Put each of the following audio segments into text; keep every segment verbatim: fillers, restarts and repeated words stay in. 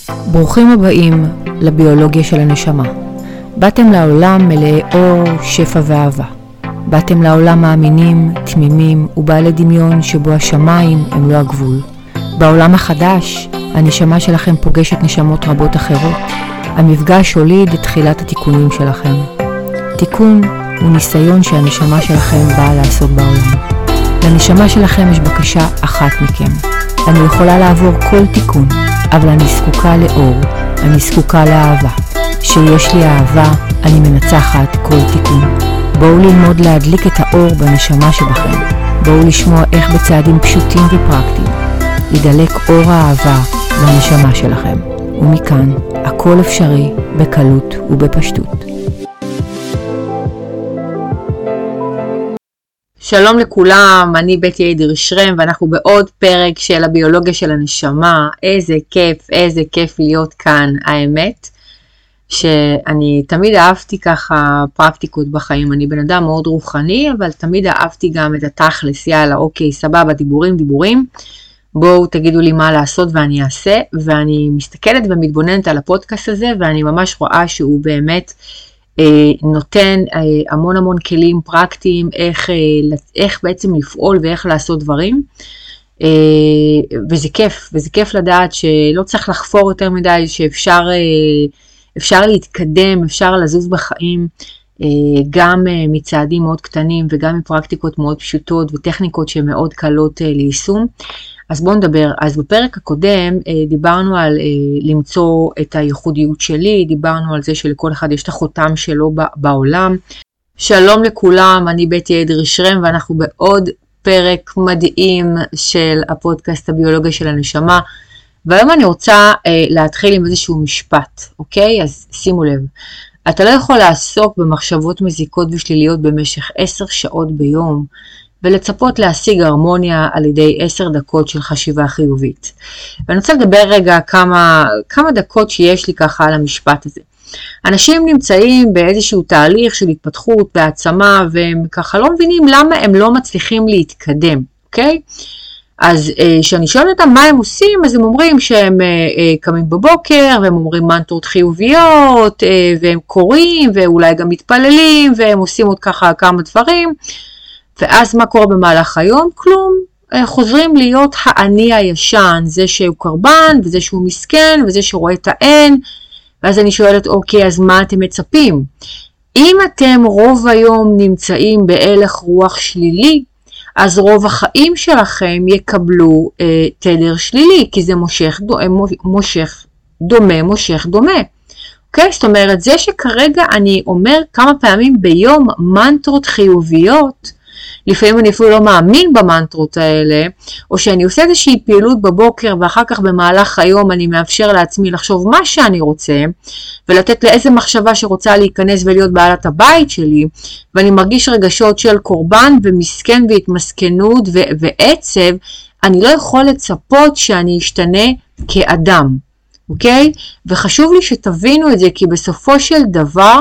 ברוכים הבאים לביולוגיה של הנשמה. באתם לעולם מלאי אור, שפע ואהבה. באתם לעולם מאמינים, תמימים ובעלי דמיון שבו השמיים הם לא הגבול. בעולם החדש, הנשמה שלכם פוגשת נשמות רבות אחרות. המפגש הוליד את תחילת התיקונים שלכם. תיקון הוא ניסיון שהנשמה שלכם באה לעשות בעולם. לנשמה שלכם יש בקשה אחת מכם. אני יכולה לעבור כל תיקון, אבל אני זקוקה לאור, אני זקוקה לאהבה. שיש לי אהבה, אני מנצחת כל תיקון. בואו ללמוד להדליק את האור בנשמה שבכם. בואו לשמוע איך בצעדים פשוטים ופרקטיים ידלק אור האהבה לנשמה שלכם. ומכאן, הכל אפשרי בקלות ובפשטות. שלום לכולם, אני בטי עדר שרם ואנחנו בעוד פרק של הביולוגיה של הנשמה. איזה כיף, איזה כיף להיות כאן. האמת שאני תמיד אהבתי ככה פרקטיקות בחיים. אני בן אדם מאוד רוחני, אבל תמיד אהבתי גם את התכלס. יאללה, אוקיי, סבבה, דיבורים, דיבורים. בואו תגידו לי מה לעשות ואני אעשה. ואני מסתכלת ומתבוננת על הפודקאסט הזה, ואני ממש רואה שהוא באמת נותן המון המון כלים פרקטיים איך, איך בעצם לפעול ואיך לעשות דברים, וזה כיף, וזה כיף לדעת שלא צריך לחפור יותר מדי, שאפשר אפשר להתקדם, אפשר לזוז בחיים, גם מצעדים מאוד קטנים וגם מפרקטיקות מאוד פשוטות וטכניקות שמאוד קלות ליישום. אז בואו נדבר. אז בפרק הקודם דיברנו על למצוא את הייחודיות שלי, דיברנו על זה שלכל אחד יש את החותם שלו בעולם. שלום לכולם, אני בטי עדר שרם ואנחנו בעוד פרק מדהים של הפודקאסט הביולוגיה של הנשמה. והיום אני רוצה להתחיל עם איזשהו משפט, אוקיי? אז שימו לב. אתה לא יכול לעסוק במחשבות מזיקות ושליליות במשך עשר שעות ביום, ולצפות להשיג הרמוניה על ידי עשר דקות של חשיבה חיובית. ואני רוצה לדבר רגע כמה, כמה דקות שיש לי ככה על המשפט הזה. אנשים נמצאים באיזשהו תהליך של התפתחות והעצמה, והם ככה לא מבינים למה הם לא מצליחים להתקדם, אוקיי? אז כשאני שואלת אותם מה הם עושים, אז הם אומרים שהם קמים בבוקר, והם אומרים מנטרות חיוביות, והם קוראים, ואולי גם מתפללים, והם עושים עוד ככה כמה דברים, ואז מה קורה במהלך היום? כלום. חוזרים להיות האני הישן, זה שהוא קרבן, וזה שהוא מסכן, וזה שרואה את האין, ואז אני שואלת, אוקיי, אז מה אתם מצפים? אם אתם רוב היום נמצאים בהלך רוח שלילי, אז רוב החיים שלכם יקבלו אה, תדר שלילי, כי זה מושך, דו, מושך דומה, מושך דומה. אוקיי? זאת אומרת, זה שכרגע אני אומר כמה פעמים ביום מנטרות חיוביות, לפעמים אני אפילו לא מאמין במנטרות האלה, או שאני עושה איזושהי פעילות בבוקר, ואחר כך במהלך היום אני מאפשר לעצמי לחשוב מה שאני רוצה, ולתת לאיזה מחשבה שרוצה להיכנס ולהיות בעלת הבית שלי, ואני מרגיש רגשות של קורבן ומסכן והתמסכנות ו- ועצב, אני לא יכול לצפות שאני אשתנה כאדם, אוקיי? וחשוב לי שתבינו את זה, כי בסופו של דבר,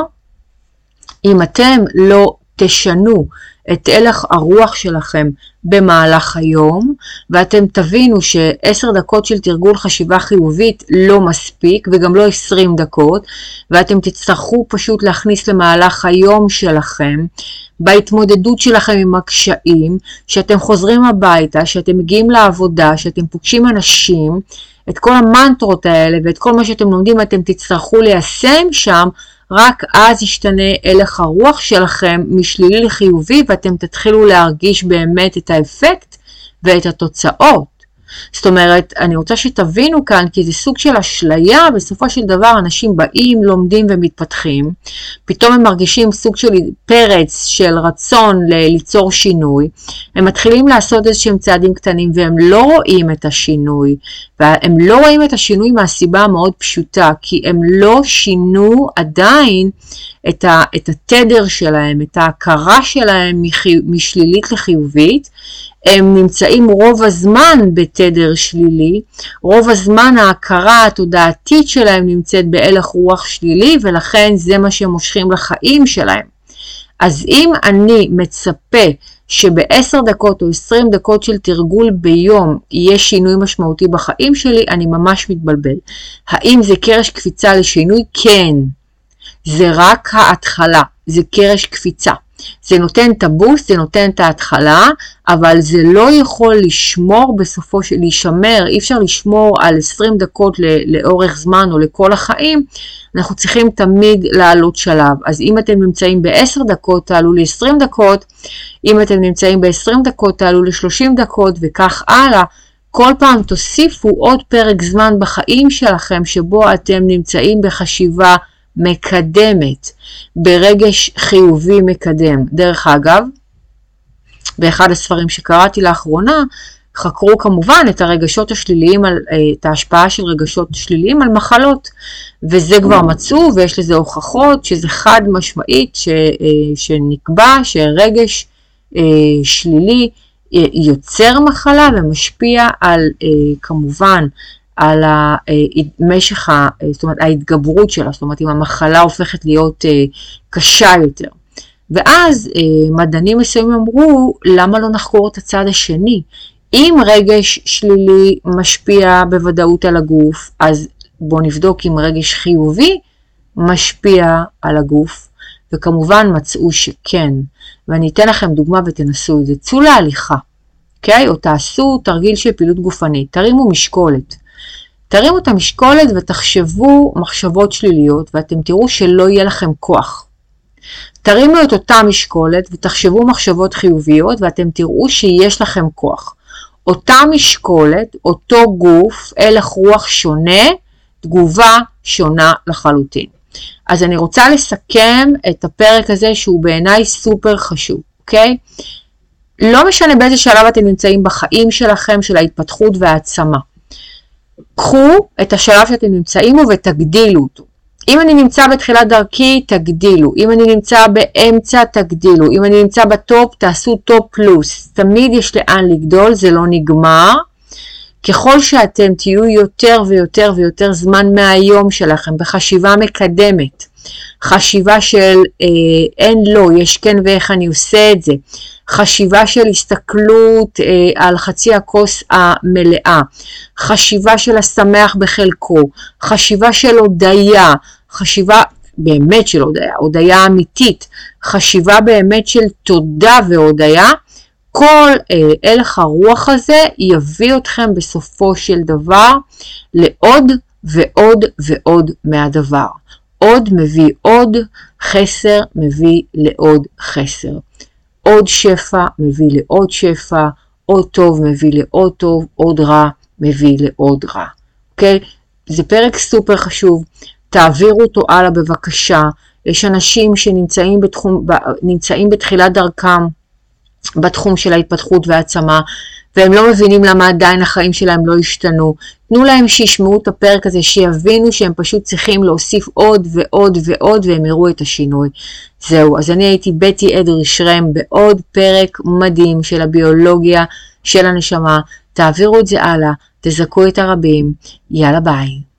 אם אתם לא תשנו את הלך הרוח שלכם במהלך היום, ואתם תבינו שעשר דקות של תרגול חשיבה חיובית לא מספיק, וגם לא עשרים דקות, ואתם תצטרכו פשוט להכניס למהלך היום שלכם, בהתמודדות שלכם עם הקשיים, שאתם חוזרים הביתה, שאתם מגיעים לעבודה, שאתם פוגשים אנשים, את כל המנטרות האלה ואת כל מה שאתם לומדים אתם תצטרכו ליישם שם, רק אז ישתנה הלך הרוח שלכם משלילי לחיובי, ואתם תתחילו להרגיש באמת את האפקט ואת התוצאות. זאת אומרת, אני רוצה שתבינו כאן, כי זה סוג של אשליה, בסופו של דבר אנשים באים, לומדים ומתפתחים, פתאום הם מרגישים סוג של פרץ של רצון ליצור שינוי, הם מתחילים לעשות איזשהם צעדים קטנים והם לא רואים את השינוי, והם לא רואים את השינוי מהסיבה המאוד פשוטה, כי הם לא שינו עדיין את, ה, את התדר שלהם, את ההכרה שלהם מחי, משלילית לחיובית, הם נמצאים רוב הזמן בתדר שלילי, רוב הזמן ההכרה התודעתית שלהם נמצאת בהלך רוח שלילי, ולכן זה מה שהם מושכים לחיים שלהם. אז אם אני מצפה שבעשר דקות או עשרים דקות של תרגול ביום יהיה שינוי משמעותי בחיים שלי, אני ממש מתבלבל. האם זה קרש קפיצה לשינוי? כן. זה רק ההתחלה, זה קרש קפיצה. זה נותן את הבוסט, זה נותן את ההתחלה, אבל זה לא יכול לשמור בסופו של, להישמר, אי אפשר לשמור על עשרים דקות לאורך זמן או לכל החיים, אנחנו צריכים תמיד לעלות שלב. אז אם אתם נמצאים ב-עשר דקות, תעלו ל-עשרים דקות, אם אתם נמצאים ב-עשרים דקות, תעלו ל-שלושים דקות וכך הלאה. כל פעם תוסיפו עוד פרק זמן בחיים שלכם, שבו אתם נמצאים בחשיבה מקדמת, ברגש חיובי מקדם. דרך אגב, באחד הספרים שקראתי לאחרונה, חקרו כמובן את הרגשות השליליים, את ההשפעה של רגשות שליליים על מחלות, וזה כבר מצאו, ויש לזה הוכחות שזה חד משמעית ש, שנקבע שרגש שלילי יוצר מחלה ומשפיע על, כמובן, על משך, זאת אומרת, ההתגברות שלה, זאת אומרת, אם המחלה הופכת להיות קשה יותר. ואז מדענים מסוימים אמרו, למה לא נחקור את הצד השני? אם רגש שלילי משפיע בוודאות על הגוף, אז בואו נבדוק אם רגש חיובי משפיע על הגוף, וכמובן מצאו שכן. ואני אתן לכם דוגמה ותנסו את זה. צאו להליכה, אוקיי? או תעשו תרגיל של פעילות גופנית, תרימו משקולת. תרימו את המשקולת ותחשבו מחשבות שליליות, ואתם תראו שלא יהיה לכם כוח. תרימו את אותה משקולת ותחשבו מחשבות חיוביות, ואתם תראו שיש לכם כוח. אותה משקולת, אותו גוף, הלך רוח שונה, תגובה שונה לחלוטין. אז אני רוצה לסכם את הפרק הזה שהוא בעיניי סופר חשוב, אוקיי? לא משנה באיזה שלב אתם נמצאים בחיים שלכם, של ההתפתחות והעצמה. קחו את השלב שאתם נמצאים בו ותגדילו אותו. אם אני נמצא בתחילת דרכי, תגדילו. אם אני נמצא באמצע, תגדילו. אם אני נמצא בטופ, תעשו טופ פלוס. תמיד יש לאן לגדול, זה לא נגמר. ככל שאתם תהיו יותר ויותר ויותר זמן מהיום שלכם בחשיבה מקדמת, חשיבה של אה, אין לא, יש כן ואיך אני עושה את זה, חשיבה של הסתכלות אה, על חצי הכוס המלאה, חשיבה של השמח בחלקו, חשיבה של הודיה, חשיבה באמת של הודיה, הודיה אמיתית, חשיבה באמת של תודה והודיה, כל אה, הלך הרוח הזה יביא אתכם בסופו של דבר לעוד ועוד ועוד מהדבר. עוד מביא עוד, חסר מביא לעוד חסר. עוד שפע מביא לעוד שפע, עוד טוב מביא לעוד טוב, עוד רע מביא לעוד רע. אוקיי? זה פרק סופר חשוב, תעבירו אותו הלאה בבקשה. יש אנשים שנמצאים בתחום, נמצאים בתחילת דרכם, בתחום של ההתפתחות והעצמה, והם לא מבינים למה עדיין החיים שלהם לא השתנו. תנו להם שישמעו את הפרק הזה, שיבינו שהם פשוט צריכים להוסיף עוד ועוד ועוד, והם יראו את השינוי. זהו, אז אני הייתי בטי אדרי שרם בעוד פרק מדהים של הביולוגיה של הנשמה. תעבירו את זה הלאה, תזכו את הרבים. יאללה ביי.